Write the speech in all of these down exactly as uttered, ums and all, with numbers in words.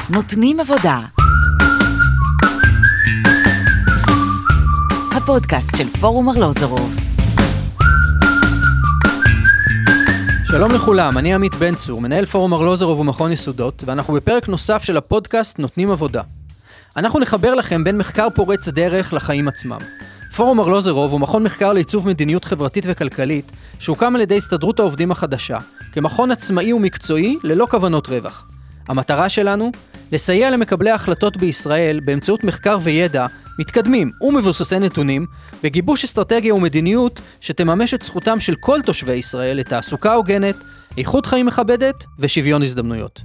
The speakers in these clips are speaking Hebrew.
נותנים עבודה. הפודקאסט של פורום ארלוזורוב. שלום לכולם, אני עמית בן צור, מנהל פורום ארלוזורוב ומכון יסודות, ואנחנו בפרק נוסף של הפודקאסט נותנים עבודה. אנחנו נחבר לכם בין מחקר פורץ דרך לחיים עצמם. פורום ארלוזורוב הוא מכון מחקר לעיצוב מדיניות חברתית וכלכלית, שהוקם על ידי הסתדרות העובדים החדשה, כמכון עצמאי ומקצועי ללא כוונות רווח. המטרה שלנו, לסייע למקבלי ההחלטות בישראל באמצעות מחקר וידע מתקדמים ומבוססי נתונים, בגיבוש אסטרטגיה ומדיניות שתממש את זכותם של כל תושבי ישראל לתעסוקה הוגנת, איכות חיים מכבדת ושוויון הזדמנויות.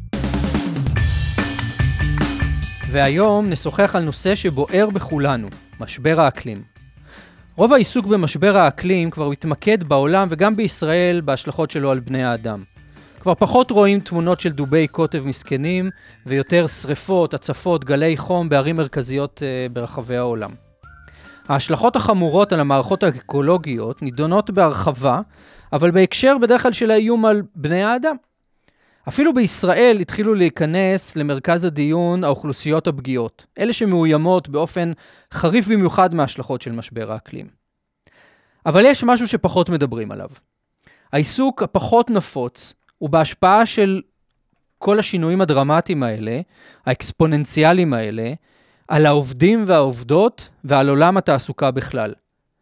והיום נשוחח על נושא שבוער בכולנו, משבר האקלים. רוב העיסוק במשבר האקלים כבר מתמקד בעולם וגם בישראל בהשלכות שלו על בני האדם. כבר פחות רואים תמונות של דובי קוטב מסכנים, ויותר שריפות, הצפות, גלי חום בערים מרכזיות uh, ברחבי העולם. ההשלכות החמורות על המערכות האקולוגיות נידונות בהרחבה, אבל בהקשר בדרך כלל של האיום על בני האדם. אפילו בישראל התחילו להיכנס למרכז הדיון האוכלוסיות הפגיעות, אלה שמאוימות באופן חריף במיוחד מההשלכות של משבר האקלים. אבל יש משהו שפחות מדברים עליו. העיסוק הפחות נפוץ, ובהשפעה של כל השינויים הדרמטיים האלה, האקספוננציאליים האלה, על העובדים והעובדות ועל עולם התעסוקה בכלל.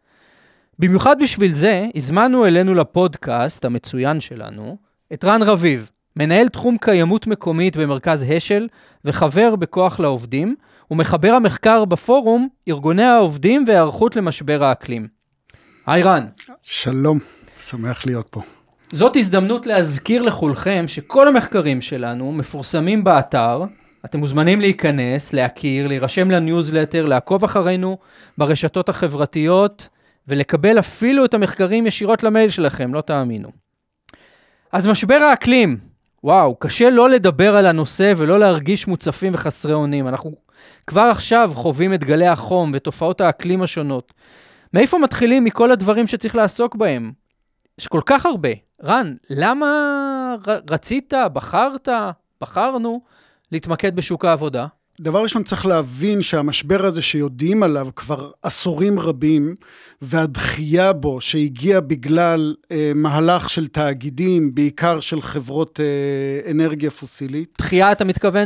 במיוחד בשביל זה, הזמנו אלינו לפודקאסט המצוין שלנו, את רן רביב, מנהל תחום קיימות מקומית במרכז השל, וחבר בכוח לעובדים, ומחבר המחקר בפורום, ארגוני העובדים והערכות למשבר האקלים. היי רן. שלום, שמח להיות פה. זאת הזדמנות להזכיר לכולכם שכל המחקרים שלנו מפורסמים באתר, אתם מוזמנים להיכנס, להכיר, להירשם לניוזלטר, לעקוב אחרינו ברשתות החברתיות, ולקבל אפילו את המחקרים ישירות למייל שלכם, לא תאמינו. אז משבר האקלים, וואו, קשה לא לדבר על הנושא ולא להרגיש מוצפים וחסרי אונים. אנחנו כבר עכשיו חווים את גלי החום ותופעות האקלים השונות. מאיפה מתחילים מכל הדברים שצריך לעסוק בהם? יש כל כך הרבה. רן, למה רצית, בחרת, בחרנו להתמקד בשוק העבודה? דבר ראשון צריך להבין שהמשבר הזה שיודעים עליו כבר עשורים רבים, והדחייה בו שהגיע בגלל אה, מהלך של תאגידים, בעיקר של חברות אה, אנרגיה פוסילית. דחייה אתה מתכוון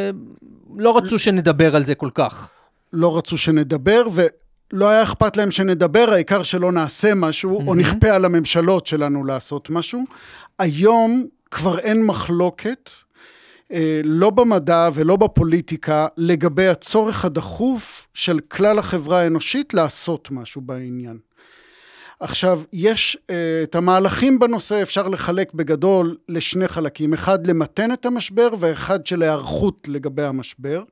שלא רצו שנדבר על זה כל כך. לא רצו שנדבר ו... לא היה אכפת להם שנדבר, העיקר שלא נעשה משהו, mm-hmm. או נכפה על הממשלות שלנו לעשות משהו. היום כבר אין מחלוקת, אה, לא במדע ולא בפוליטיקה, לגבי הצורך הדחוף של כלל החברה האנושית לעשות משהו בעניין. עכשיו, יש אה, את המהלכים בנושא, אפשר לחלק בגדול לשני חלקים, אחד למתן את המשבר, ואחד של הערכות לגבי המשבר.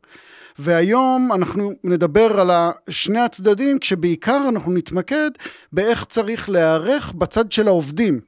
והיום אנחנו נדבר על שני הצדדים, כשבעיקר אנחנו נתמקד באיך צריך להיערך בצד של העובדים,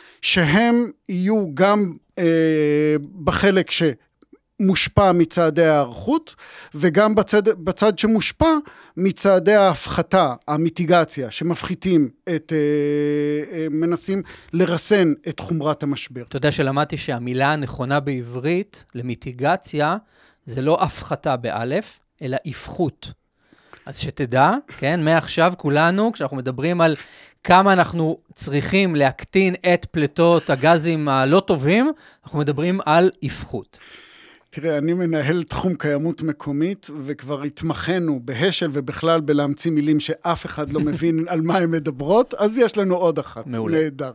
שהם יהיו גם אה, בחלק שמושפע מצעדי הערכות, וגם בצד, בצד שמושפע מצעדי ההפחתה, המיטיגציה, שמפחיתים את, אה, אה, מנסים לרסן את חומרת המשבר. אתה יודע שלמדתי שהמילה הנכונה בעברית למיטיגציה, זה לא הפחתה באלף, אלא הפחות. אז שתדע, כן, מעכשיו כולנו, כשאנחנו מדברים על כמה אנחנו צריכים להקטין את פליטות הגזים הלא טובים, אנחנו מדברים על הפחות. תראה, אני מנהל תחום קיימות מקומית, וכבר התמחנו בהשל ובכלל בלהמציא מילים שאף אחד לא מבין על מה הן מדברות, אז יש לנו עוד אחת. מעולה. נהדר.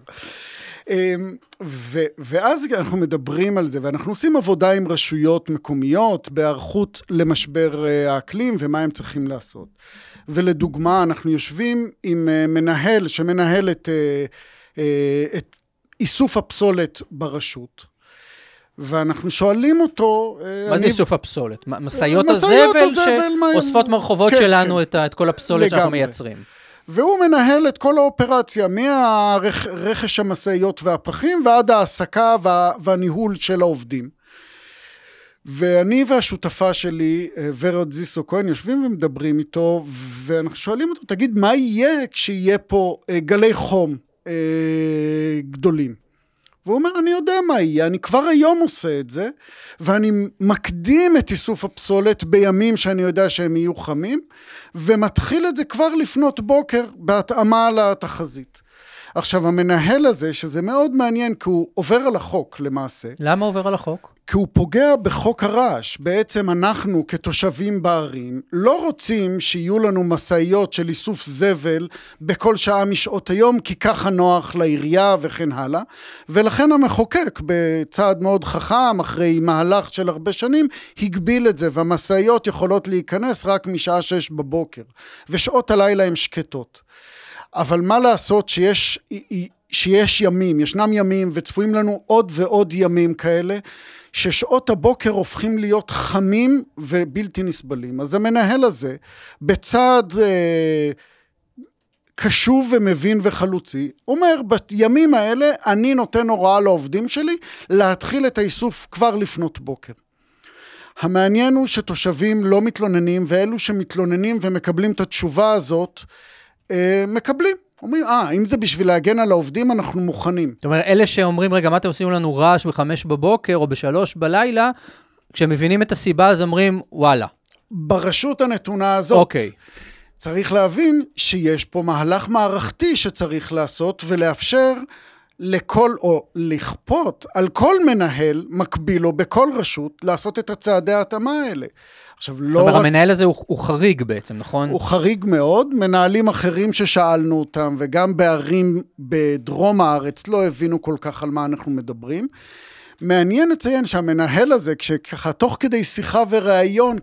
ו- ואז אנחנו מדברים על זה, ואנחנו עושים עבודה עם רשויות מקומיות, בהיערכות למשבר האקלים, ומה הם צריכים לעשות. ולדוגמה, אנחנו יושבים עם מנהל, שמנהל את, את איסוף הפסולת ברשות, ואנחנו שואלים אותו... מה אני... זה איסוף הפסולת? מסעיות הזבל שאוספות מרחובות כן, שלנו כן. את, את כל הפסולת לגמרי. שאנחנו מייצרים. והוא מנהל את כל האופרציה, מהרכש המסעיות והפחים, ועד העסקה וה, והניהול של העובדים. ואני והשותפה שלי, ורד זיסו כהן, יושבים ומדברים איתו, ואנחנו שואלים אותו, תגיד, מה יהיה כשיהיה פה גלי חום גדולים? והוא אומר, אני יודע מה יהיה, אני כבר היום עושה את זה, ואני מקדים את איסוף הפסולת בימים שאני יודע שהם יהיו חמים, ומתחיל את זה כבר לפנות בוקר, בהתאמה לתחזית. עכשיו, המנהל הזה, שזה מאוד מעניין, כי הוא עובר על החוק למעשה. למה עובר על החוק? כי הוא פוגע בחוק הרעש. בעצם אנחנו כתושבים בערים לא רוצים שיהיו לנו מסעיות של איסוף זבל בכל שעה משעות היום, כי ככה נוח לעירייה וכן הלאה. ולכן המחוקק בצעד מאוד חכם, אחרי מהלך של הרבה שנים, הגביל את זה, והמסעיות יכולות להיכנס רק משעה שש בבוקר. ושעות הלילה הן שקטות. אבל מה לעשות שיש, שיש ימים, ישנם ימים וצפויים לנו עוד ועוד ימים כאלה, ששעות הבוקר הופכים להיות חמים ובלתי נסבלים. אז המנהל הזה, בצד אה, קשוב ומבין וחלוצי, אומר, בימים האלה אני נותן הוראה לעובדים שלי, להתחיל את האיסוף כבר לפנות בוקר. המעניין הוא שתושבים לא מתלוננים, ואלו שמתלוננים ומקבלים את התשובה הזאת, אה, מקבלים. אומרים, אה, אם זה בשביל להגן על העובדים, אנחנו מוכנים. זאת אומרת, אלה שאומרים, רגע, מה אתם עושים לנו רעש בחמש בבוקר, או בשלוש בלילה, כשהם מבינים את הסיבה, אז אומרים, וואלה. ברשות הנתונה הזאת, אוקיי. צריך להבין שיש פה מהלך מערכתי שצריך לעשות, ולאפשר לכל, או לכפות על כל מנהל מקביל לו בכל רשות, לעשות את הצעדי ההתאמה האלה. עכשיו, לא... זאת אומרת, המנהל הזה הוא, הוא חריג בעצם, נכון? הוא חריג מאוד. מנהלים אחרים ששאלנו אותם, וגם בערים בדרום הארץ, לא הבינו כל כך על מה אנחנו מדברים. מעניין לציין שהמנהל הזה, כשככה, תוך כדי שיחה וראיון,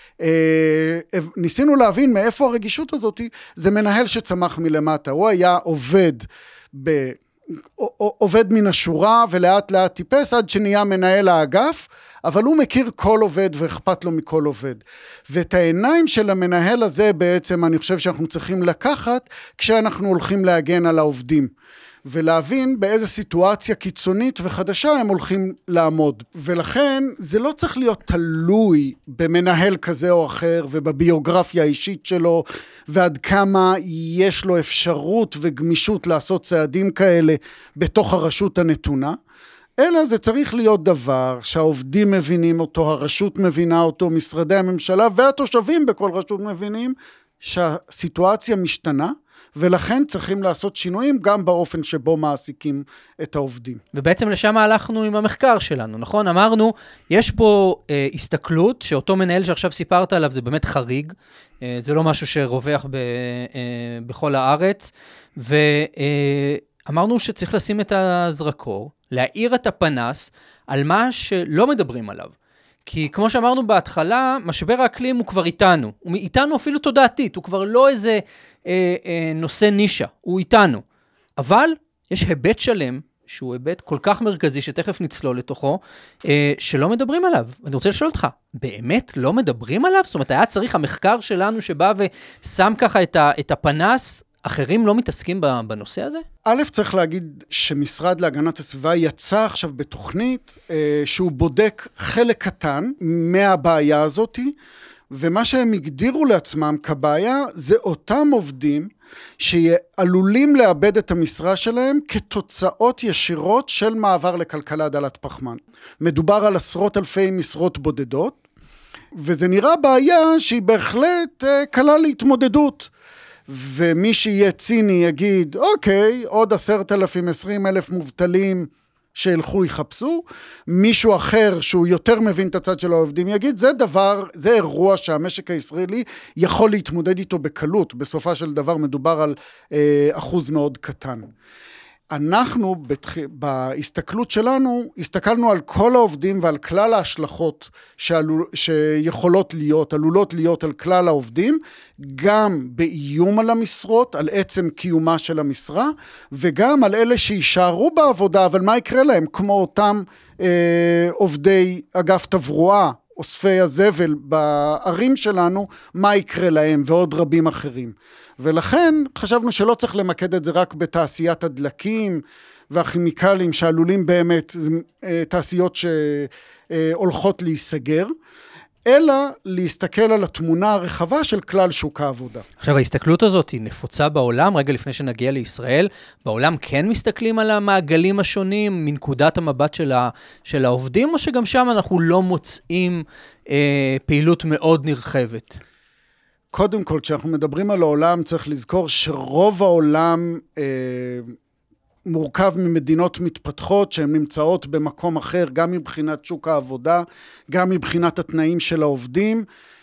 כשניסינו אה, להבין מאיפה הרגישות הזאת, זה מנהל שצמח מלמטה. הוא היה עובד ב... עובד מן השורה ולאט לאט טיפס עד שנהיה מנהל האגף, אבל הוא מכיר כל עובד ואכפת לו מכל עובד. ואת העיניים של המנהל הזה בעצם אני חושב שאנחנו צריכים לקחת כשאנחנו הולכים להגן על העובדים. ולהבין באיזה סיטואציה קיצונית וחדשה הם הולכים לעמוד. ולכן זה לא צריך להיות תלוי במנהל כזה או אחר ובביוגרפיה האישית שלו, ועד כמה יש לו אפשרות וגמישות לעשות צעדים כאלה בתוך הרשות הנתונה, אלא זה צריך להיות דבר שהעובדים מבינים אותו, הרשות מבינה אותו, משרדי הממשלה והתושבים בכל רשות מבינים שהסיטואציה משתנה, ולכן צריכים לעשות שינויים גם באופן שבו מעסיקים את העובדים. ובעצם לשם הלכנו עם המחקר שלנו, נכון? אמרנו, יש פה אה, הסתכלות, שאותו מנהל שעכשיו סיפרת עליו זה באמת חריג, אה, זה לא משהו שרווח ב, אה, בכל הארץ, ואמרנו אה, שצריך לשים את הזרקור, להאיר את הפנס על מה שלא מדברים עליו. כי כמו שאמרנו בהתחלה, משבר האקלים הוא כבר איתנו. הוא איתנו אפילו תודעתית, הוא כבר לא איזה אה, אה, נושא נישה, הוא איתנו. אבל יש היבט שלם, שהוא היבט כל כך מרכזי, שתכף נצלול לתוכו, אה, שלא מדברים עליו. אני רוצה לשאול אותך, באמת לא מדברים עליו? זאת אומרת, היה צריך המחקר שלנו שבא ושם ככה את, ה, את הפנס, אחרים לא מתעסקים בנושא הזה? א', צריך להגיד שמשרד להגנת הסביבה יצא עכשיו בתוכנית אה, שהוא בודק חלק קטן מהבעיה הזאת, ומה שהם הגדירו לעצמם כבעיה זה אותם עובדים שעלולים לאבד את המשרה שלהם כתוצאות ישירות של מעבר לכלכלה דלת פחמן. מדובר על עשרות אלפי משרות בודדות, וזה נראה בעיה שהיא בהחלט אה, קלה להתמודדות. ומי שיהיה ציני יגיד, אוקיי, עוד עשרת אלפים, עשרים אלף מובטלים שילכו יחפשו, מישהו אחר שהוא יותר מבין את הצד של העובדים יגיד, זה דבר, זה אירוע שהמשק הישראלי יכול להתמודד איתו בקלות, בסופה של דבר מדובר על אה, אחוז מאוד קטן. אנחנו בתח... בהסתכלות שלנו, הסתכלנו על כל העובדים ועל כלל ההשלכות שעלול... שיכולות להיות, עלולות להיות על כלל העובדים, גם באיום על המשרות, על עצם קיומה של המשרה, וגם על אלה שישארו בעבודה, אבל מה יקרה להם? כמו אותם אה, עובדי אגף תברואה, אוספי הזבל בערים שלנו, מה יקרה להם ועוד רבים אחרים. ולכן חשבנו שלא צריך למקד את זה רק בתעשיית הדלקים והכימיקלים שעלולים באמת תעשיות שהולכות להיסגר, אלא להסתכל על התמונה הרחבה של כלל שוק העבודה. עכשיו, ההסתכלות הזאת היא נפוצה בעולם, רגע לפני שנגיע לישראל, בעולם כן מסתכלים על המעגלים השונים, מנקודת המבט של, ה, של העובדים, או שגם שם אנחנו לא מוצאים אה, פעילות מאוד נרחבת? קודם כל, כשאנחנו מדברים על העולם, צריך לזכור שרוב העולם אה, מורכב ממדינות מתפתחות, שהן נמצאות במקום אחר, גם מבחינת שוק העבודה, גם מבחינת התנאים של העובדים,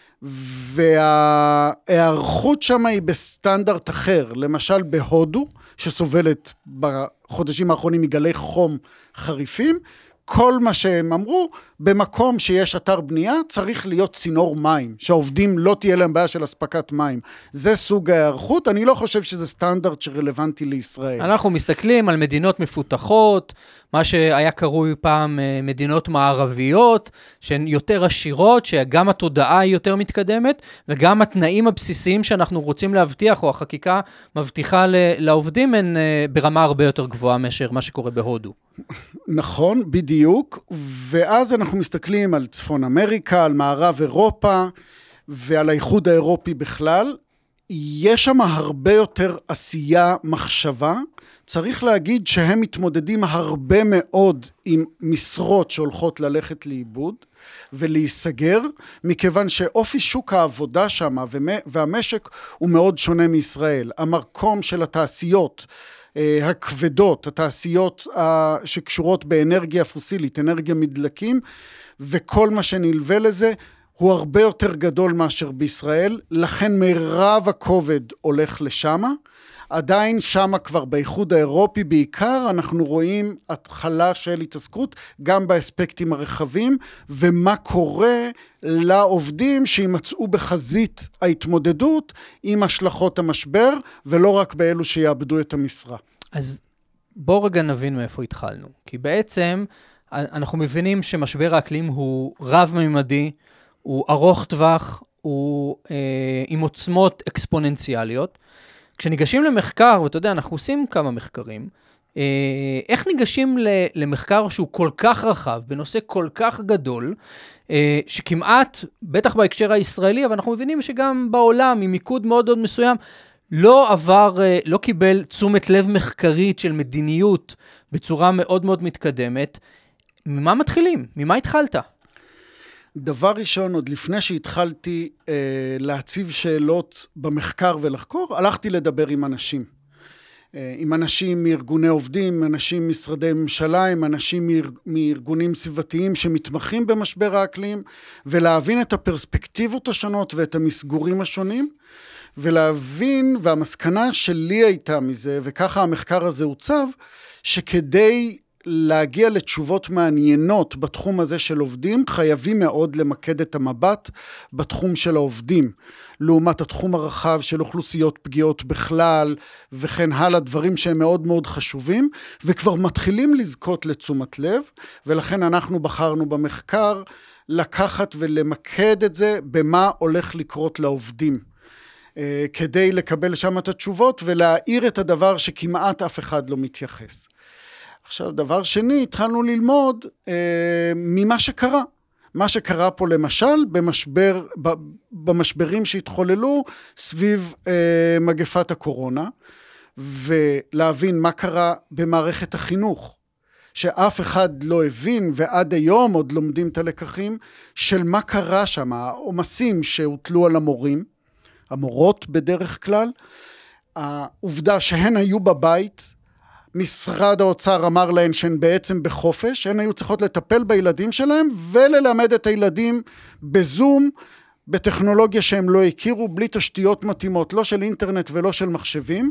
וההיערכות שם היא בסטנדרט אחר. למשל בהודו, שסובלת בחודשים האחרונים מגלי חום חריפים, כל מה שהם אמרו, במקום שיש אתר בנייה, צריך להיות צינור מים, שהעובדים לא תהיה להם בעיה של הספקת מים. זה סוג ההיערכות, אני לא חושב שזה סטנדרט שרלוונטי לישראל. אנחנו מסתכלים על מדינות מפותחות, מה שהיה קרוי פעם מדינות מערביות, שהן יותר עשירות, שגם התודעה היא יותר מתקדמת, וגם התנאים הבסיסיים שאנחנו רוצים להבטיח, או החקיקה מבטיחה לעובדים, הן ברמה הרבה יותר גבוהה מאשר מה שקורה בהודו. נכון, בדיוק, ואז אנחנו מסתכלים על צפון אמריקה, על מערב אירופה, ועל האיחוד האירופי בכלל. יש שם הרבה יותר עשייה, מחשבה. צריך להגיד שהם מתמודדים הרבה מאוד עם משרות שהולכות ללכת לאיבוד ולהיסגר, מכיוון שאופי שוק העבודה שם והמשק הוא מאוד שונה מישראל. המקום של התעשיות הכבדות, התעשיות שקשורות באנרגיה פוסילית, אנרגיה מדלקים, וכל מה שנלווה לזה, הוא הרבה יותר גדול מאשר בישראל, לכן מירב הכובד הולך לשמה. עדיין שמה כבר באיחוד האירופי בעיקר, אנחנו רואים התחלה של התעסקות, גם באספקטים הרחבים, ומה קורה לעובדים שימצאו בחזית ההתמודדות עם השלכות המשבר, ולא רק באלו שיאבדו את המשרה. אז בואו רגע נבין מאיפה התחלנו. כי בעצם אנחנו מבינים שמשבר האקלים הוא רב-ממדי, הוא ארוך טווח, הוא אה, עם עוצמות אקספוננציאליות. כשניגשים למחקר, ואתה יודע, אנחנו עושים כמה מחקרים, אה, איך ניגשים למחקר שהוא כל כך רחב, בנושא כל כך גדול, אה, שכמעט, בטח בהקשר הישראלי, אבל אנחנו מבינים שגם בעולם, עם מיקוד מאוד מאוד מסוים, לא עבר, אה, לא קיבל תשומת לב מחקרית של מדיניות בצורה מאוד מאוד מתקדמת. ממה מתחילים? ממה התחלת? דבר ראשון, עוד לפני שהתחלתי אה, להציב שאלות במחקר ולחקור, הלכתי לדבר עם אנשים. אה, עם אנשים מארגוני עובדים, אנשים משרדי ממשלה, עם אנשים מארג, מארגונים סביבתיים שמתמחים במשבר האקלים, ולהבין את הפרספקטיבות השונות ואת המסגורים השונים, ולהבין, והמסקנה שלי הייתה מזה, וככה המחקר הזה הוצב, שכדי להגיע לתשובות מעניינות בתחום הזה של עובדים, חייבים מאוד למקד את המבט בתחום של העובדים, לעומת התחום הרחב של אוכלוסיות פגיעות בכלל, וכן הלאה, דברים שהם מאוד מאוד חשובים, וכבר מתחילים לזכות לתשומת לב, ולכן אנחנו בחרנו במחקר לקחת ולמקד את זה במה הולך לקרות לעובדים, כדי לקבל שם את התשובות ולהאיר את הדבר שכמעט אף אחד לא מתייחס. עכשיו, דבר שני, התחלנו ללמוד אה, ממה שקרה. מה שקרה פה למשל, במשבר, ב, במשברים שהתחוללו סביב אה, מגפת הקורונה, ולהבין מה קרה במערכת החינוך, שאף אחד לא הבין, ועד היום עוד לומדים את הלקחים, של מה קרה שם, העומסים שהוטלו על המורים, המורות בדרך כלל, העובדה שהן היו בבית, משרד האוצר אמר להן שהן בעצם בחופש, הן היו צריכות לטפל בילדים שלהם, וללמד את הילדים בזום, בטכנולוגיה שהם לא הכירו, בלי תשתיות מתאימות, לא של אינטרנט ולא של מחשבים,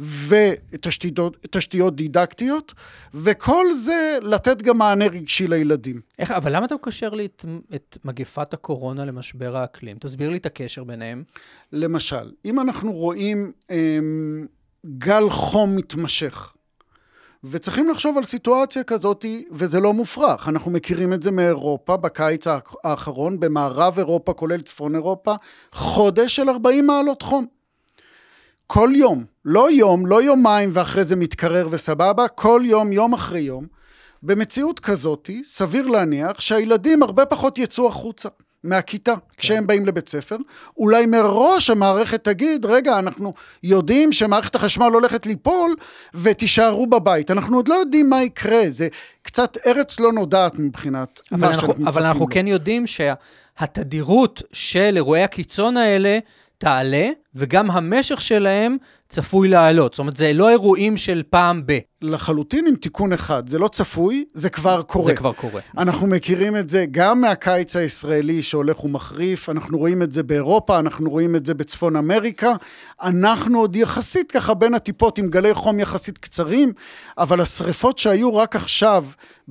ותשתיות דידקטיות, וכל זה לתת גם מענה רגשי לילדים. איך, אבל למה אתה מקשר לי את, את מגפת הקורונה למשבר האקלים? תסביר לי את הקשר ביניהם. למשל, אם אנחנו רואים אמ, גל חום מתמשך, וצריכים לחשוב על סיטואציה כזאת, וזה לא מופרך. אנחנו מכירים את זה מאירופה, בקיץ האחרון, במערב אירופה, כולל צפון אירופה, חודש של ארבעים מעלות חום. כל יום, לא יום, לא יומיים, ואחרי זה מתקרר וסבבה, כל יום, יום אחרי יום, במציאות כזאת, סביר להניח שהילדים הרבה פחות יצאו החוצה. מהכיתה, כשהם באים לבית ספר, אולי מראש המערכת תגיד, רגע, אנחנו יודעים שמערכת החשמל הולכת ליפול, ותישארו בבית. אנחנו עוד לא יודעים מה יקרה, זה קצת ארץ לא נודעת מבחינת מה שאנחנו מצפים לו. אבל אנחנו כן יודעים שהתדירות של אירועי הקיצון האלה תעלה, וגם המשך שלהם צפוי לעלות. זאת אומרת, זה לא אירועים של פעם ב. לחלוטין עם תיקון אחד. זה לא צפוי, זה כבר קורה. זה כבר קורה. אנחנו מכירים את זה גם מהקיץ הישראלי שהולך ומחריף, אנחנו רואים את זה באירופה, אנחנו רואים את זה בצפון אמריקה, אנחנו עוד יחסית ככה בין הטיפות עם גלי חום יחסית קצרים, אבל השריפות שהיו רק עכשיו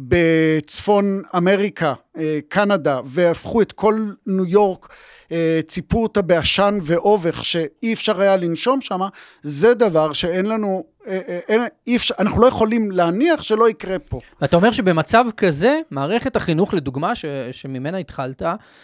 בצפון אמריקה, קנדה, והפכו את כל ניו יורק, ציפו אותה בעשן ואובך שאי אפשר היה לנשום שם, זה דבר שאין לנו, אין, אי אפשר, אנחנו לא יכולים להניח שלא יקרה פה. ואתה אומר שבמצב כזה, מערכת החינוך לדוגמה, ש, שממנה התחלת,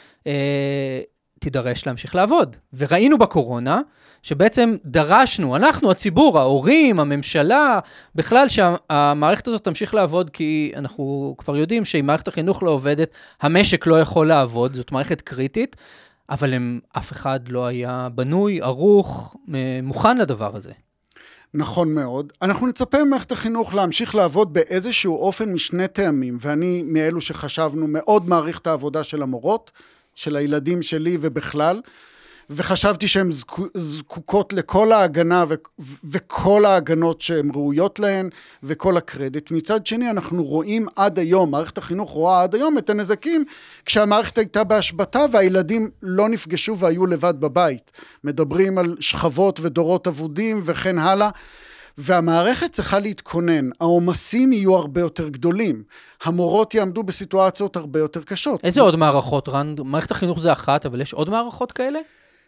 אה, תידרש להמשיך לעבוד. וראינו בקורונה, שבעצם דרשנו, אנחנו, הציבור, ההורים, הממשלה, בכלל שהמערכת הזאת תמשיך לעבוד, כי אנחנו כבר יודעים שאם מערכת החינוך לא עובדת, המשק לא יכול לעבוד, זאת מערכת קריטית, אבל הם, אף אחד לא היה בנוי, ערוך, מוכן לדבר הזה. נכון מאוד. אנחנו נצפה ממערכת החינוך להמשיך לעבוד באיזשהו אופן משני טעמים, ואני מאלו שחשבנו מאוד מעריך את העבודה של המורות, של הילדים שלי ובכלל, וחשבתי שהן זקוקות לכל ההגנה ו- וכל ההגנות שהן ראויות להן וכל הקרדיט. מצד שני אנחנו רואים עד היום, מערכת החינוך רואה עד היום את הנזקים כשהמערכת הייתה בהשבתה והילדים לא נפגשו והיו לבד בבית. מדברים על שכבות ודורות אבודים וכן הלאה. והמערכת צריכה להתכונן, העומסים יהיו הרבה יותר גדולים, המורות יעמדו בסיטואציות הרבה יותר קשות. איזה עוד מערכות, רן? מערכת החינוך זה אחת, אבל יש עוד מערכות כאלה?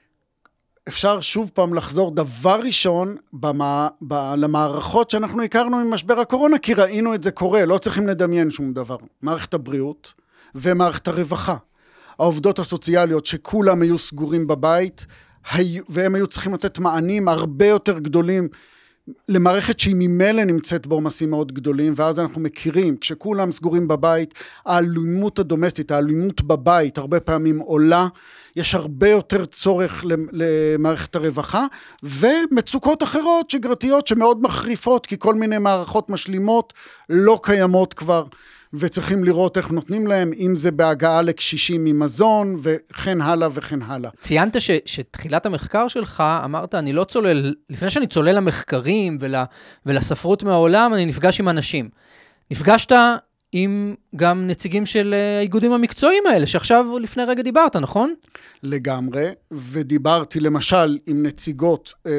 אפשר שוב פעם לחזור דבר ראשון במה, ב, למערכות שאנחנו הכרנו ממשבר הקורונה, כי ראינו את זה קורה, לא צריכים לדמיין שום דבר. מערכת הבריאות ומערכת הרווחה. העובדות הסוציאליות שכולם היו סגורים בבית, והם היו צריכים לתת מענים הרבה יותר גדולים, למערכת שהיא ממילא נמצאת בעומסים מאוד גדולים, ואז אנחנו מכירים, כשכולם סגורים בבית, האלימות הדומסטית, האלימות בבית, הרבה פעמים עולה, יש הרבה יותר צורך למערכת הרווחה, ומצוקות אחרות שגרתיות שמאוד מחריפות, כי כל מיני מערכות משלימות לא קיימות כבר, וצריכים לראות איך נותנים להם, אם זה בהגעה לקשישים ממזון, וכן הלאה וכן הלאה. ציינת ש, שתחילת המחקר שלך, אמרת, אני לא צולל, לפני שאני צולל למחקרים ול, ולספרות מהעולם, אני נפגש עם אנשים. נפגשת עם גם נציגים של האיגודים המקצועיים האלה, שעכשיו לפני רגע דיברת, נכון? לגמרי, ודיברתי למשל עם נציגות אה,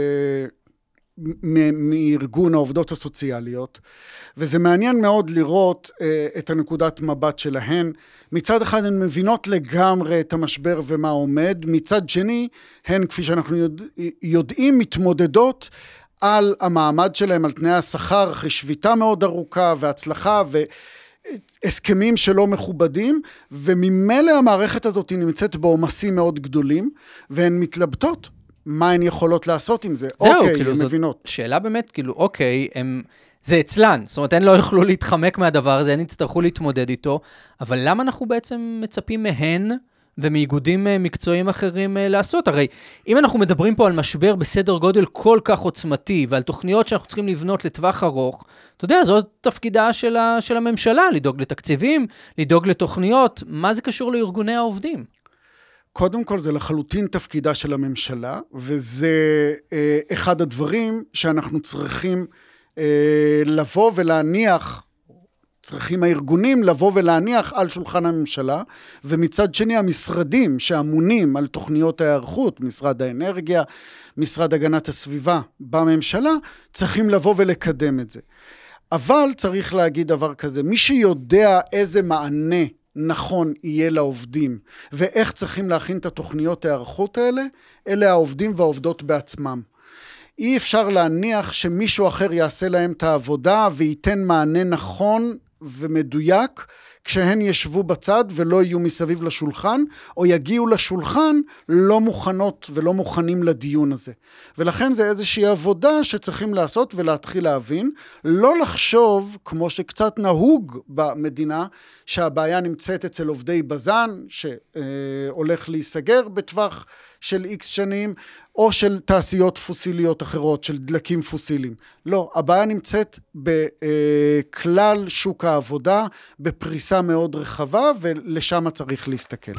מארגון העובדות הסוציאליות, וזה מעניין מאוד לראות אה, את הנקודת מבט שלהן. מצד אחד הן מבינות לגמרי את המשבר ומה עומד, מצד שני הן, כפי שאנחנו יודע, יודעים, מתמודדות על המעמד שלהם, על תנאי השכר, אחרי שביתה מאוד ארוכה והצלחה והסכמים שלא מכובדים, וממילא המערכת הזאת נמצאת בעומסים מאוד גדולים, והן מתלבטות מה הן יכולות לעשות עם זה. זהו, אוקיי, כאילו, הן זאת מבינות. שאלה באמת, כאילו, אוקיי, הם, זה אצלן, זאת אומרת, הן לא יוכלו להתחמק מהדבר הזה, הן יצטרכו להתמודד איתו, אבל למה אנחנו בעצם מצפים מהן ומאיגודים מקצועיים אחרים לעשות? הרי אם אנחנו מדברים פה על משבר בסדר גודל כל כך עוצמתי, ועל תוכניות שאנחנו צריכים לבנות לטווח ארוך, אתה יודע, זאת תפקידה של, ה, של הממשלה, לדאוג לתקציבים, לדאוג לתוכניות, מה זה קשור לארגוני העובדים? קודם כל זה לחלוטין תפקידה של הממשלה, וזה אה, אחד הדברים שאנחנו צריכים אה, לבוא ולהניח, צריכים הארגונים לבוא ולהניח על שולחן הממשלה, ומצד שני המשרדים שאמונים על תוכניות ההיערכות, משרד האנרגיה, משרד הגנת הסביבה בממשלה, צריכים לבוא ולקדם את זה. אבל צריך להגיד דבר כזה, מי שיודע איזה מענה נכון יהיה לעובדים, ואיך צריכים להכין את התוכניות ההיערכות האלה, אלה העובדים והעובדות בעצמם. אי אפשר להניח שמישהו אחר יעשה להם את העבודה, וייתן מענה נכון ומדויק, כשהן ישבו בצד ולא יהיו מסביב לשולחן, או יגיעו לשולחן לא מוכנות ולא מוכנים לדיון הזה. ולכן זה איזושהי עבודה שצריכים לעשות ולהתחיל להבין, לא לחשוב, כמו שקצת נהוג במדינה, שהבעיה נמצאת אצל עובדי בזן, שהולך להיסגר בטווח של איקס שנים, או של תעשיות פוסיליות אחרות, של דלקים פוסיליים. לא, הבעיה נמצאת בכלל שוק העבודה, בפריסה מאוד רחבה, ולשם צריך להסתכל.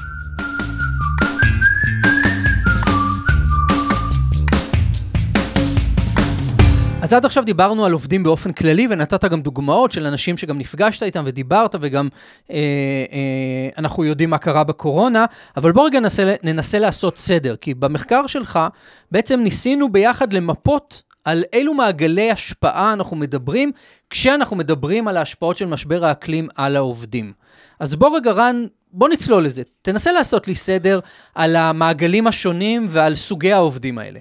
אז עד עכשיו דיברנו על עובדים באופן כללי, ונתת גם דוגמאות של אנשים שגם נפגשת איתם ודיברת, וגם אה, אה, אנחנו יודעים מה קרה בקורונה, אבל בוא רגע ננסה, ננסה לעשות סדר, כי במחקר שלך בעצם ניסינו ביחד למפות על אילו מעגלי השפעה אנחנו מדברים, כשאנחנו מדברים על ההשפעות של משבר האקלים על העובדים. אז בוא רגע רן, בוא נצלול לזה, תנסה לעשות לי סדר על המעגלים השונים ועל סוגי העובדים האלה.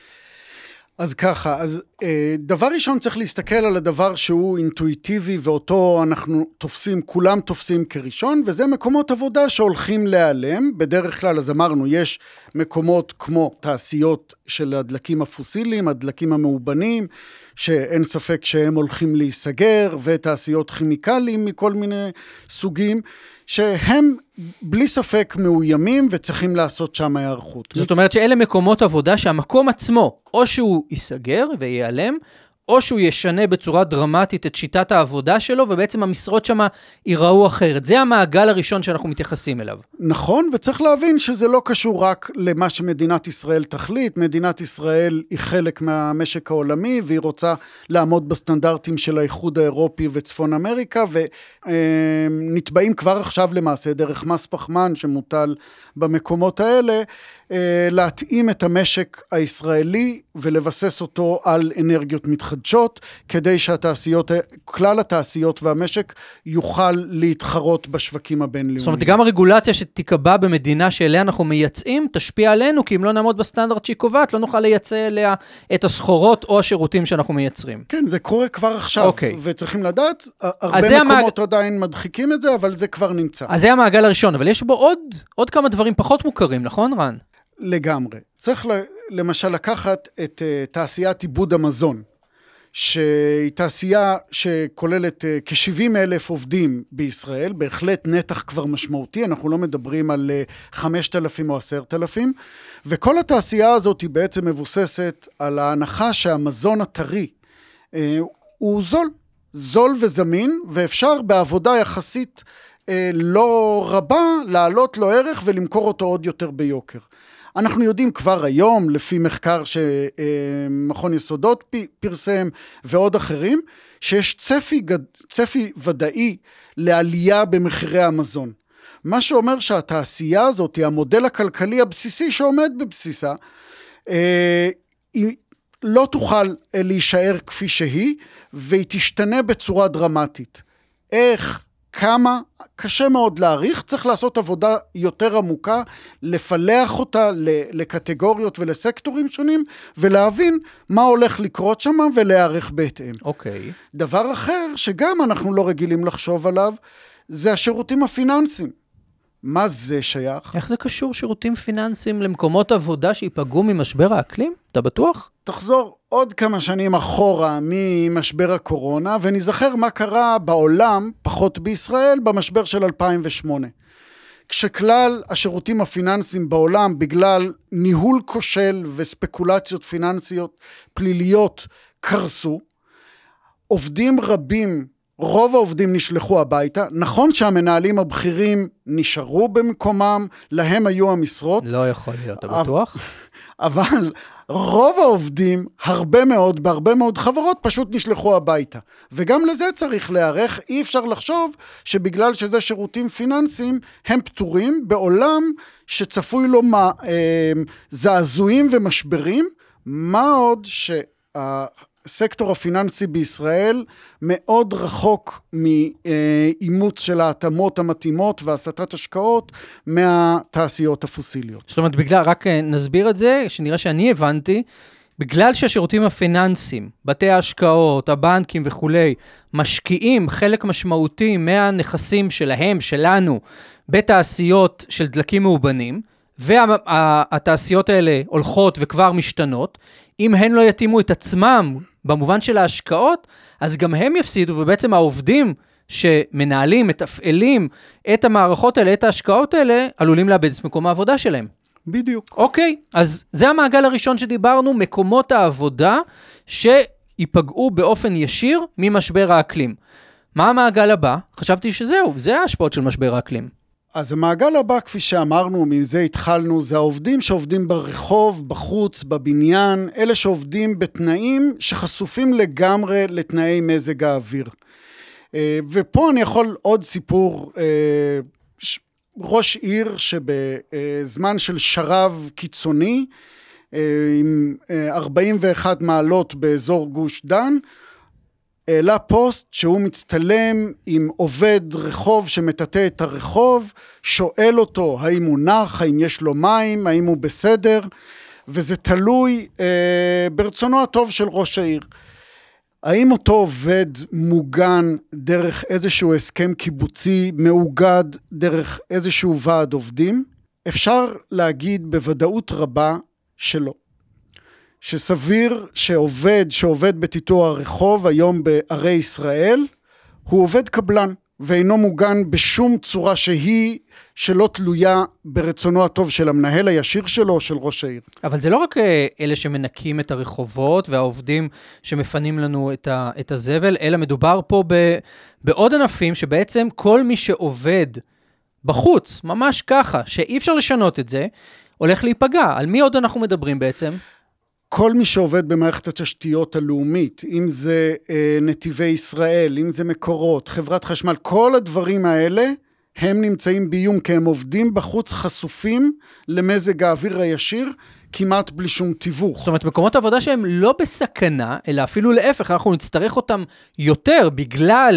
אז ככה, אז דבר ראשון צריך להסתכל על הדבר שהוא אינטואיטיבי, ואותו אנחנו תופסים, כולם תופסים כראשון, וזה מקומות עבודה שהולכים להיעלם. בדרך כלל, אז אמרנו, יש מקומות כמו תעשיות של הדלקים הפוסיליים, הדלקים המאובנים, שאין ספק שהם הולכים להיסגר, ותעשיות כימיקליים מכל מיני סוגים, שהם בלי ספק מאוימים וצריכים לעשות שם הערכות. זאת אומרת שאלה מקומות עבודה שהמקום עצמו, או שהוא ייסגר וייעלם, או שהוא ישנה בצורה דרמטית את שיטת העבודה שלו, ובעצם המשרות שם ייראו אחרת. זה המעגל הראשון שאנחנו מתייחסים אליו. נכון, וצריך להבין שזה לא קשור רק למה שמדינת ישראל תחליט. מדינת ישראל היא חלק מהמשק העולמי, והיא רוצה לעמוד בסטנדרטים של האיחוד האירופי וצפון אמריקה, ונתבעים כבר עכשיו למעשה דרך מס פחמן שמוטל במקומות האלה, להתאים את המשק הישראלי ולבסס אותו על אנרגיות מתחדשות, כדי שהתעשיות, כלל התעשיות והמשק יוכל להתחרות בשווקים הבינלאומיים. זאת אומרת, גם הרגולציה שתיקבע במדינה שאליה אנחנו מייצאים, תשפיע עלינו, כי אם לא נעמוד בסטנדרט שהיא קובעת, לא נוכל לייצא אליה את הסחורות או השירותים שאנחנו מייצרים. כן, זה קורה כבר עכשיו, okay. וצריכים לדעת, הרבה מקומות המעג... עדיין מדחיקים את זה, אבל זה כבר נמצא. אז זה המעגל הראשון, אבל יש בו עוד, עוד כמה דברים פחות מוכרים, נכון רן? לגמרי. צריך למשל לקחת את uh, תעשיית עיבוד המזון, שהיא תעשייה שכוללת uh, כ-שבעים אלף עובדים בישראל, בהחלט נתח כבר משמעותי, אנחנו לא מדברים על uh, חמשת אלפים או עשרת אלפים, וכל התעשייה הזאת היא בעצם מבוססת על ההנחה שהמזון הטרי uh, הוא זול, זול וזמין, ואפשר בעבודה יחסית uh, לא רבה לעלות לו ערך ולמכור אותו עוד יותר ביוקר. אנחנו יודעים כבר היום, לפי מחקר שמכון יסודות פרסם ועוד אחרים, שיש צפי, צפי ודאי לעלייה במחירי המזון. מה שאומר שהתעשייה הזאת היא המודל הכלכלי הבסיסי שעומד בבסיסה, היא לא תוכל להישאר כפי שהיא, והיא תשתנה בצורה דרמטית. איך? כמה? קשה מאוד להעריך, צריך לעשות עבודה יותר עמוקה, לפלח אותה לקטגוריות ולסקטורים שונים, ולהבין מה הולך לקרות שם ולהערך בהתאם. אוקיי. דבר אחר שגם אנחנו לא רגילים לחשוב עליו, זה השירותים הפיננסיים. מה זה שייך? איך זה קשור שירותים פיננסיים למקומות עבודה שיפגעו ממשבר האקלים? אתה בטוח? תחזור עוד כמה שנים אחורה ממשבר הקורונה, ונזכר מה קרה בעולם, פחות בישראל, במשבר של אלפיים ושמונה. כשכלל השירותים הפיננסיים בעולם, בגלל ניהול כושל וספקולציות פיננסיות פליליות, קרסו, עובדים רבים, רוב העובדים נשלחו הביתה, נכון שהמנהלים הבכירים נשארו במקומם, להם היו המשרות. לא יכול להיות, אתה בטוח? אבל רוב העובדים, הרבה מאוד, בהרבה מאוד חברות, פשוט נשלחו הביתה. וגם לזה צריך להיערך, אי אפשר לחשוב שבגלל שזה שירותים פיננסיים, הם פטורים בעולם שצפוי לו מה, אה, זעזועים ומשברים, מה עוד שה... הסקטור הפיננסי בישראל מאוד רחוק מאימוץ של ההתאמות המתאימות והסטת השקעות מהתעשיות הפוסיליות. זאת אומרת, בגלל, רק נסביר את זה, שנראה שאני הבנתי, בגלל שהשירותים הפיננסיים, בתי ההשקעות, הבנקים וכולי, משקיעים חלק משמעותי מהנכסים שלהם, שלנו, בתעשיות של דלקים מאובנים, והתעשיות האלה הולכות וכבר משתנות, אם הן לא יתאימו את עצמם במובן של ההשקעות, אז גם הם יפסידו, ובעצם העובדים שמנהלים, מתפעלים את המערכות האלה, את ההשקעות האלה, עלולים לאבד את מקום העבודה שלהם. בדיוק. אוקיי, אז זה המעגל הראשון שדיברנו, מקומות העבודה שיפגעו באופן ישיר ממשבר האקלים. מה המעגל הבא? חשבתי שזהו, זה ההשפעות של משבר האקלים. אז המעגל הבא, כפי שאמרנו, מזה התחלנו, זה העובדים שעובדים ברחוב, בחוץ, בבניין, אלה שעובדים בתנאים שחשופים לגמרי לתנאי מזג האוויר. ופה אני יכול עוד סיפור, ראש עיר שבזמן של שרב קיצוני, עם ארבעים ואחת מעלות באזור גוש דן, העלה פוסט שהוא מצטלם עם עובד רחוב שמטאטא את הרחוב, שואל אותו האם הוא נח, האם יש לו מים, האם הוא בסדר, וזה תלוי אה, ברצונו הטוב של ראש העיר. האם אותו עובד מוגן דרך איזשהו הסכם קיבוצי, מאוגד דרך איזשהו ועד עובדים? אפשר להגיד בוודאות רבה שלא. שסביר שעובד, שעובד בטיטור הרחוב היום בערי ישראל, הוא עובד קבלן, ואינו מוגן בשום צורה שהיא, שלא תלויה ברצונו הטוב של המנהל הישיר שלו או של ראש העיר. אבל זה לא רק אלה שמנקים את הרחובות, והעובדים שמפנים לנו את, ה, את הזבל, אלא מדובר פה ב, בעוד ענפים שבעצם כל מי שעובד בחוץ, ממש ככה, שאי אפשר לשנות את זה, הולך להיפגע. על מי עוד אנחנו מדברים בעצם? כל מי שעובד במערכת התשתיות הלאומית, אם זה אה, נתיבי ישראל, אם זה מקורות, חברת חשמל, כל הדברים האלה, הם נמצאים באיום, כי הם עובדים בחוץ חשופים למזג האוויר הישיר, כמעט בלי שום תיווך. זאת אומרת, מקומות עבודה שהם לא בסכנה, אלא אפילו להפך, אנחנו נצטרך אותם יותר, בגלל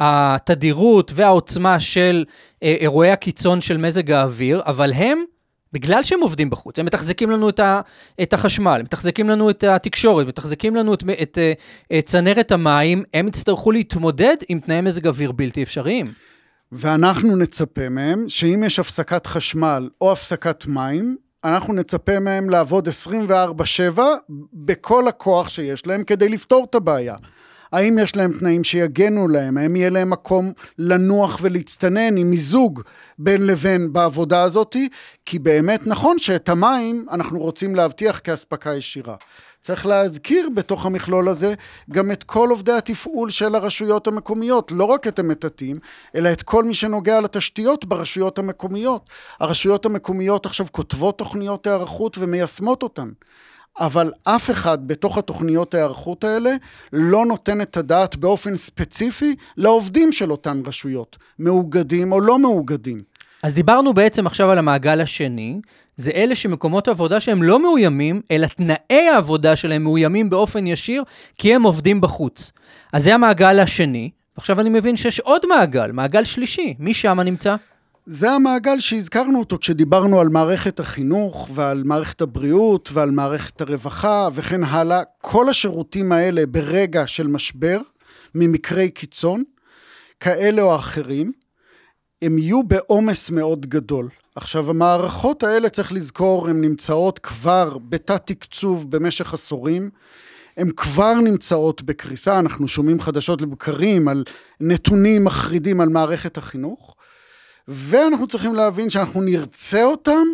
התדירות והעוצמה של אה, אירועי הקיצון של מזג האוויר, אבל הם בגלל שהם עובדים בחוץ, הם מתחזקים לנו את, ה, את החשמל, מתחזקים לנו את התקשורת, מתחזקים לנו את, את, את, את צנרת המים, הם יצטרכו להתמודד עם תנאי מזג אוויר בלתי אפשריים. ואנחנו נצפה מהם, שאם יש הפסקת חשמל או הפסקת מים, אנחנו נצפה מהם לעבוד עשרים וארבע שבע בכל הכוח שיש להם כדי לפתור את הבעיה. האם יש להם תנאים שיגנו להם, האם יהיה להם מקום לנוח ולהצטנן עם מיזוג בין לבין בעבודה הזאת, כי באמת נכון שאת המים אנחנו רוצים להבטיח כהספקה ישירה. צריך להזכיר בתוך המכלול הזה גם את כל עובדי התפעול של הרשויות המקומיות, לא רק את המטאטים, אלא את כל מי שנוגע לתשתיות ברשויות המקומיות. הרשויות המקומיות עכשיו כותבות תוכניות הערכות ומיישמות אותן. אבל אף אחד בתוך התוכניות הערכות האלה לא נותן את הדעת באופן ספציפי לעובדים של אותן רשויות, מאוגדים או לא מאוגדים. אז דיברנו בעצם עכשיו על המעגל השני, זה אלה שמקומות עבודה שהם לא מאוימים, אלא תנאי העבודה שלהם מאוימים באופן ישיר, כי הם עובדים בחוץ. אז זה המעגל השני, ועכשיו אני מבין שיש עוד מעגל, מעגל שלישי, מי שם נמצא? זה המעגל שהזכרנו אותו כשדיברנו על מערכת החינוך ועל מערכת הבריאות ועל מערכת הרווחה וכן הלאה. כל השירותים האלה ברגע של משבר, ממקרי קיצון, כאלה או אחרים, הם יהיו בעומס מאוד גדול. עכשיו המערכות האלה צריך לזכור, הן נמצאות כבר בתת תקצוב במשך עשורים, הן כבר נמצאות בקריסה, אנחנו שומעים חדשות לבקרים על נתונים מחרידים על מערכת החינוך, ואנחנו צריכים להבין שאנחנו נרצה אותם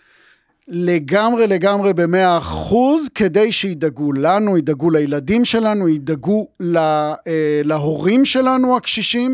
לגמרי לגמרי במאה אחוז, כדי שידאגו לנו, ידאגו לילדים שלנו, ידאגו לה, להורים שלנו הקשישים,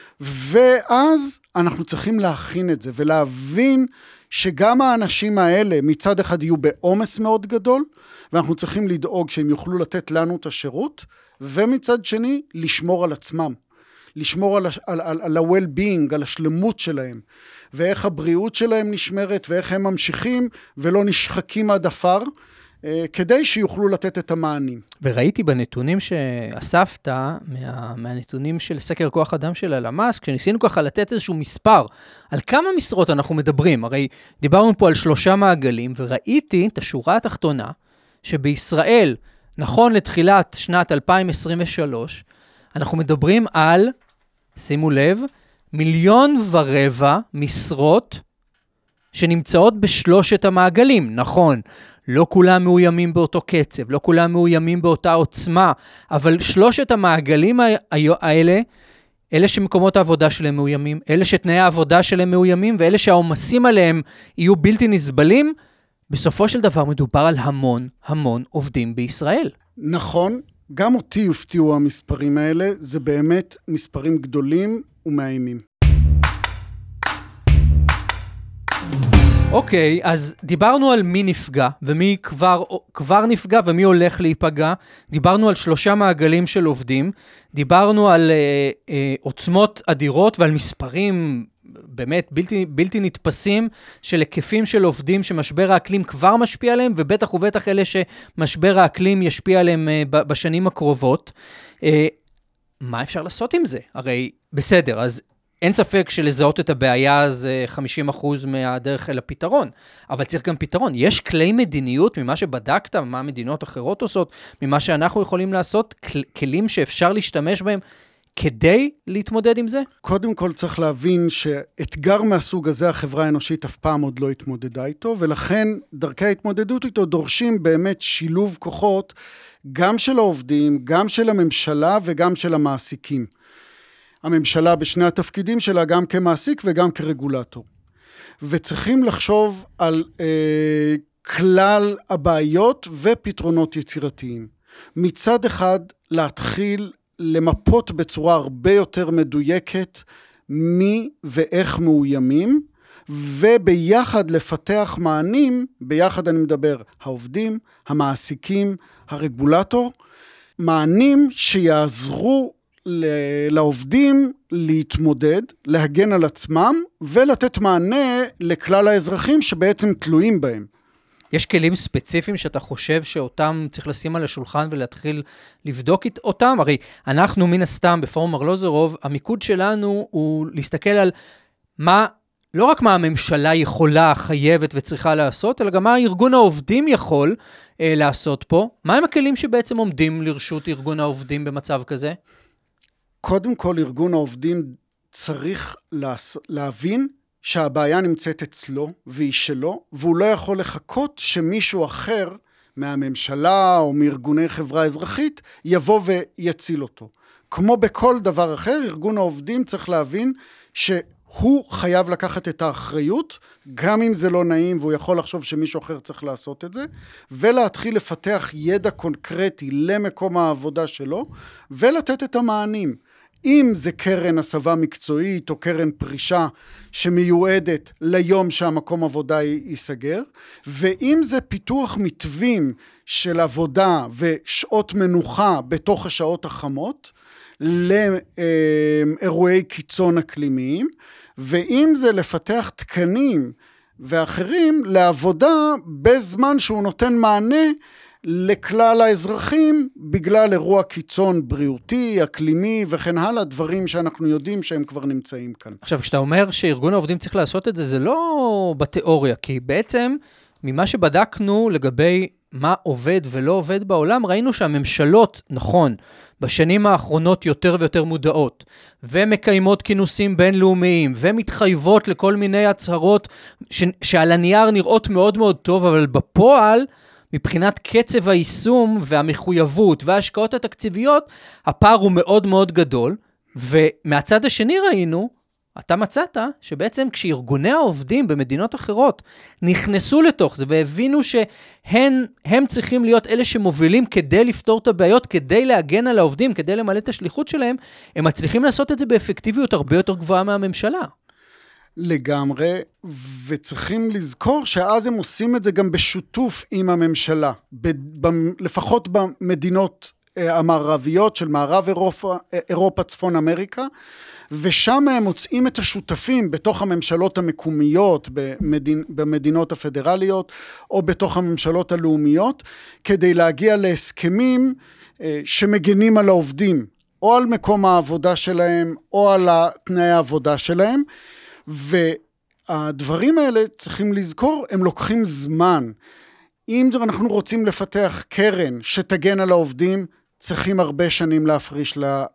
ואז אנחנו צריכים להכין את זה ולהבין שגם האנשים האלה מצד אחד יהיו בעומס מאוד גדול, ואנחנו צריכים לדאוג שהם יוכלו לתת לנו את השירות, ומצד שני לשמור על עצמם. לשמור על, על, על, על ה-well-being, על השלמות שלהם, ואיך הבריאות שלהם נשמרת, ואיך הם ממשיכים ולא נשחקים עד אפר, אה, כדי שיוכלו לתת את המענים. וראיתי בנתונים שאספת, מה, מהנתונים של סקר כוח אדם של הלמ"ס, כשניסינו ככה לתת איזשהו מספר, על כמה משרות אנחנו מדברים, הרי דיברנו פה על שלושה מעגלים, וראיתי את השורה התחתונה, שבישראל, נכון לתחילת שנת אלפיים עשרים ושלוש, אנחנו מדברים על, שימו לב, מיליון ורבע משרות שנמצאות בשלושת המעגלים. נכון, לא כולם מאוימים באותו קצב, לא כולם מאוימים באותה עוצמה, אבל שלושת המעגלים האלה, אלה שמקומות העבודה שלהם מאוימים, אלה שתנאי העבודה שלהם מאוימים, ואלה שהעומסים עליהם יהיו בלתי נסבלים, בסופו של דבר מדובר על המון המון עובדים בישראל. נכון, גם אותי יופתיעו המספרים האלה, זה באמת מספרים גדולים ומאיימים. אוקיי, אז דיברנו על מי נפגע, ומי כבר, כבר נפגע ומי הולך להיפגע. דיברנו על שלושה מעגלים של עובדים, דיברנו על אה, אה, עוצמות אדירות ועל מספרים באמת בלתי, בלתי נתפסים של היקפים של עובדים שמשבר האקלים כבר משפיע עליהם, ובטח ובטח אלה שמשבר האקלים ישפיע עליהם אה, בשנים הקרובות. אה, מה אפשר לעשות עם זה? הרי בסדר, אז אין ספק שלזהות את הבעיה זה חמישים אחוז מהדרך אל הפתרון, אבל צריך גם פתרון. יש כלי מדיניות ממה שבדקת, מה מדינות אחרות עושות, ממה שאנחנו יכולים לעשות, כלים שאפשר להשתמש בהם כדי להתמודד עם זה? קודם כל צריך להבין שאתגר מהסוג הזה החברה האנושית אף פעם עוד לא התמודדה איתו, ולכן דרכי ההתמודדות איתו דורשים באמת שילוב כוחות, גם של העובדים, גם של הממשלה וגם של המעסיקים. הממשלה בשני התפקידים שלה גם כמעסיק וגם כרגולטור. וצריכים לחשוב על אה, כלל הבעיות ופתרונות יצירתיים. מצד אחד להתחיל למפות בצורה הרבה יותר מדויקת מי ואיך מאוימים, וביחד לפתח מענים, ביחד אני מדבר העובדים, המעסיקים, הרגולטור, מענים שיעזרו לעובדים להתמודד, להגן על עצמם, ולתת מענה לכלל האזרחים שבעצם תלויים בהם. יש כלים ספציפיים שאתה חושב שאותם צריך לשים על השולחן ולהתחיל לבדוק אותם? הרי אנחנו מן הסתם בפורום ארלוזורוב, המיקוד שלנו הוא להסתכל על מה, לא רק מה הממשלה יכולה, חייבת וצריכה לעשות, אלא גם מה ארגון העובדים יכול אה, לעשות פה. מה הם הכלים שבעצם עומדים לרשות ארגון העובדים במצב כזה? קודם כל, ארגון העובדים צריך להבין שהבעיה נמצאת אצלו והיא שלו, והוא לא יכול לחכות שמישהו אחר מהממשלה או מארגוני חברה אזרחית יבוא ויציל אותו. כמו בכל דבר אחר, ארגון העובדים צריך להבין שהוא חייב לקחת את האחריות, גם אם זה לא נעים והוא יכול לחשוב שמישהו אחר צריך לעשות את זה, ולהתחיל לפתח ידע קונקרטי למקום העבודה שלו, ולתת את המענים. אם זה קרן הסבה מקצועית או קרן פרישה שמיועדת ליום שהמקום עבודה ייסגר, ואם זה פיתוח מתווים של עבודה ושעות מנוחה בתוך השעות החמות, לאירועי קיצון אקלימיים, ואם זה לפתח תקנים ואחרים לעבודה בזמן שהוא נותן מענה לכלל האזרחים בגלל אירוע קיצון בריאותי, אקלימי וכן הלאה, דברים שאנחנו יודעים שהם כבר נמצאים כאן. עכשיו, כשאתה אומר שארגון העובדים צריך לעשות את זה, זה לא בתיאוריה, כי בעצם ממה שבדקנו לגבי מה עובד ולא עובד בעולם, ראינו שהממשלות, נכון, בשנים האחרונות יותר ויותר מודעות, ומקיימות כינוסים בינלאומיים, ומתחייבות לכל מיני הצהרות ש- שעל הנייר נראות מאוד מאוד טוב, אבל בפועל, מבחינת קצב היישום והמחויבות וההשקעות התקציביות, הפער הוא מאוד מאוד גדול, ומהצד השני ראינו, אתה מצאת שבעצם כשארגוני העובדים במדינות אחרות נכנסו לתוך זה והבינו שהם הם צריכים להיות אלה שמובילים כדי לפתור את הבעיות, כדי להגן על העובדים, כדי למלא את השליחות שלהם, הם מצליחים לעשות את זה באפקטיביות הרבה יותר גבוהה מהממשלה. לגמרי, וצריכים לזכור שאז הם עושים את זה גם בשיתוף עם הממשלה, ב- ב- לפחות במדינות המערביות של מערב אירופה, אירופה, צפון אמריקה, ושם הם מוצאים את השותפים בתוך הממשלות המקומיות, במדינ, במדינות הפדרליות, או בתוך הממשלות הלאומיות, כדי להגיע להסכמים שמגנים על העובדים, או על מקום העבודה שלהם, או על תנאי העבודה שלהם, והדברים האלה צריכים לזכור, הם לוקחים זמן. אם אנחנו רוצים לפתח קרן שתגן על העובדים, צריכים הרבה שנים להפריש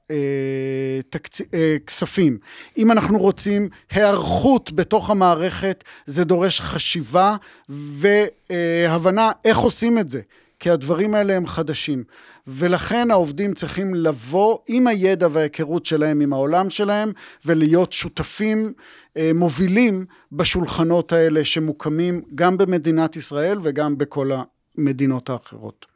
לכספים. אם אנחנו רוצים הערכות בתוך המערכת, זה דורש חשיבה והבנה איך עושים את זה, כי הדברים האלה הם חדשים. ולכן העובדים צריכים לבוא עם הידע וההיכרות שלהם, עם העולם שלהם, ולהיות שותפים מובילים בשולחנות האלה שמוקמים גם במדינת ישראל וגם בכל המדינות האחרות.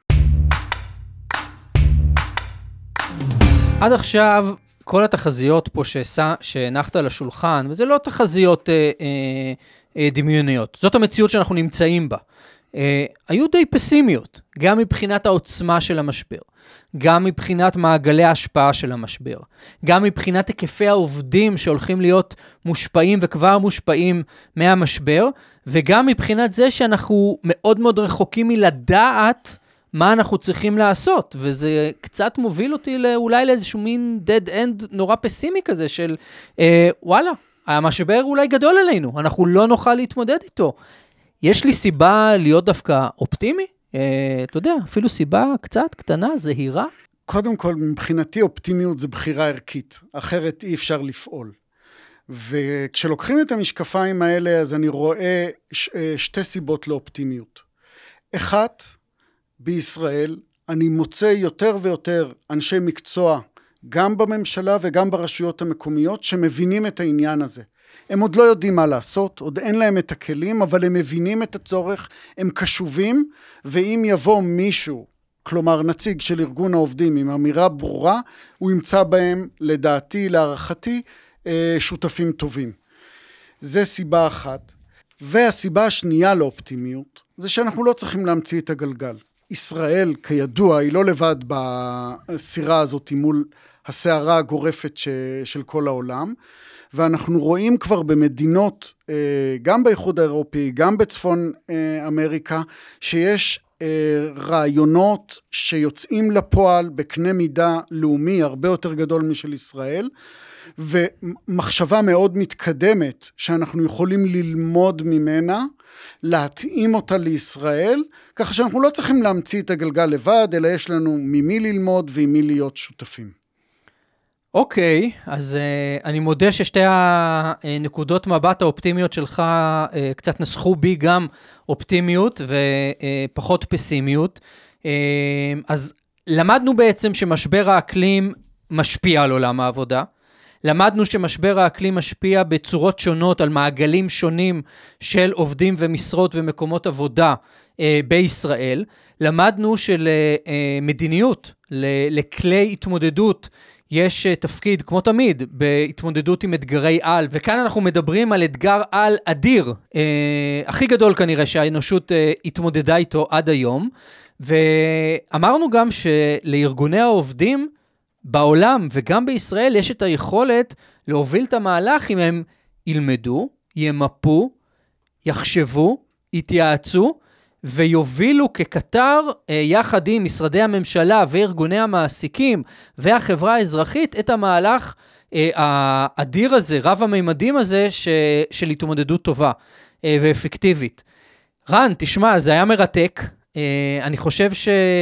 עד עכשיו, כל התחזיות פה שהנחת על השולחן, וזה לא תחזיות אה, אה, דמיוניות, זאת המציאות שאנחנו נמצאים בה, אה, היו די פסימיות, גם מבחינת העוצמה של המשבר, גם מבחינת מעגלי ההשפעה של המשבר, גם מבחינת היקפי העובדים שהולכים להיות מושפעים וכבר מושפעים מהמשבר, וגם מבחינת זה שאנחנו מאוד מאוד רחוקים מלדעת מה אנחנו צריכים לעשות, וזה קצת מוביל אותי אולי לאיזשהו מין dead end נורא פסימי כזה של, אה, וואלה, המשבר אולי גדול עלינו, אנחנו לא נוכל להתמודד איתו. יש לי סיבה להיות דווקא אופטימי? אה, אתה יודע, אפילו סיבה קצת קטנה, זהירה? קודם כל, מבחינתי אופטימיות זה בחירה ערכית, אחרת אי אפשר לפעול. וכשלוקחים את המשקפיים האלה, אז אני רואה ש- שתי סיבות לאופטימיות. אחת, בישראל אני מוצא יותר ויותר אנשי מקצוע, גם בממשלה וגם ברשויות המקומיות, שמבינים את העניין הזה. הם עוד לא יודעים מה לעשות, עוד אין להם את הכלים, אבל הם מבינים את הצורך, הם קשובים, ואם יבוא מישהו, כלומר נציג של ארגון העובדים עם אמירה ברורה, הוא ימצא בהם, לדעתי, להערכתי, שותפים טובים. זה סיבה אחת. והסיבה השנייה לאופטימיות, זה שאנחנו לא צריכים להמציא את הגלגל. ישראל, כידוע, היא לא לבד בסירה הזאת מול הסערה הגורפת ש, של כל העולם, ואנחנו רואים כבר במדינות, גם באיחוד האירופי, גם בצפון אמריקה, שיש רעיונות שיוצאים לפועל בקנה מידה לאומי הרבה יותר גדול משל ישראל, ומחשבה מאוד מתקדמת שאנחנו יכולים ללמוד ממנה, להתאים אותה לישראל, ככה שאנחנו לא צריכים להמציא את הגלגל לבד, אלא יש לנו ממי ללמוד ועם מי להיות שותפים. אוקיי, אז uh, אני מודה ששתי הנקודות מבט האופטימיות שלך uh, קצת נסחו בי גם אופטימיות ופחות uh, פסימיות. Uh, אז למדנו בעצם שמשבר האקלים משפיע על עולם העבודה. למדנו שמשבר האקלים משפיע בצורות שונות על מעגלים שונים של עובדים ומשרות ומקומות עבודה אה, בישראל. למדנו שלמדיניות, לכלי התמודדות, יש תפקיד, כמו תמיד, בהתמודדות עם אתגרי על, וכאן אנחנו מדברים על אתגר על אדיר, אה, הכי גדול כנראה שהאנושות אה, התמודדה איתו עד היום, ואמרנו גם שלארגוני העובדים, בעולם וגם בישראל יש את היכולת להוביל את המהלך אם הם ילמדו, ימפו, יחשבו, יתייעצו ויובילו כקטר יחד עם משרדי הממשלה וארגוני המעסיקים והחברה האזרחית את המהלך האדיר הזה, רב הממדים הזה ש, של התמודדות טובה ואפקטיבית. רן, תשמע, זה היה מרתק. אני חושב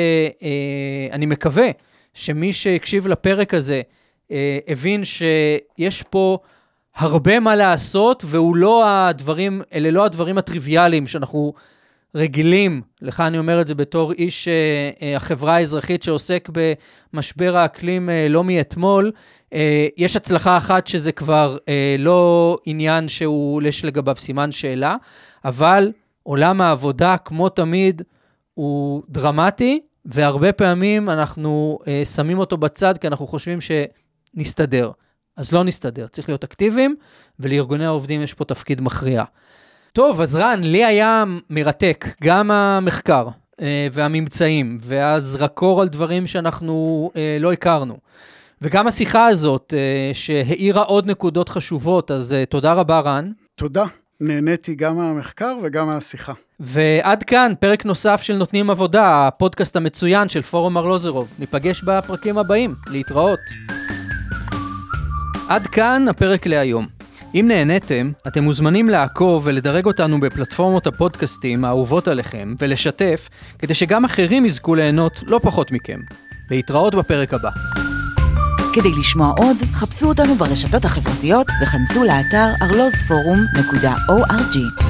שאני מקווה שמי שהקשיב לפרק הזה אה, הבין שיש פה הרבה מה לעשות, והוא לא הדברים, אלה לא הדברים הטריוויאליים שאנחנו רגילים, לך אני אומר את זה בתור איש אה, אה, החברה האזרחית שעוסק במשבר האקלים אה, לא מאתמול, אה, יש הצלחה אחת שזה כבר אה, לא עניין שהוא יש לגביו סימן שאלה, אבל עולם העבודה כמו תמיד הוא דרמטי, והרבה פעמים אנחנו אה, שמים אותו בצד, כי אנחנו חושבים שנסתדר. אז לא נסתדר, צריך להיות אקטיביים, ולארגוני העובדים יש פה תפקיד מכריע. טוב, אז רן, לי היה מרתק, גם המחקר אה, והממצאים, והזרקור על דברים שאנחנו אה, לא הכרנו. וגם השיחה הזאת, אה, שהאירה עוד נקודות חשובות, אז אה, תודה רבה רן. תודה. נהניתי גם מהמחקר וגם מהשיחה. ועד כאן פרק נוסף של נותנים עבודה, הפודקאסט המצוין של פורום ארלוזורוב. ניפגש בפרקים הבאים, להתראות. עד כאן הפרק להיום. אם נהניתם, אתם מוזמנים לעקוב ולדרג אותנו בפלטפורמות הפודקאסטים האהובות עליכם ולשתף, כדי שגם אחרים יזכו ליהנות לא פחות מכם. להתראות בפרק הבא. כדי לשמוע עוד, חפשו אותנו ברשתות החברתיות וכנסו לאתר ארלוז פורום נקודה או אר ג'י.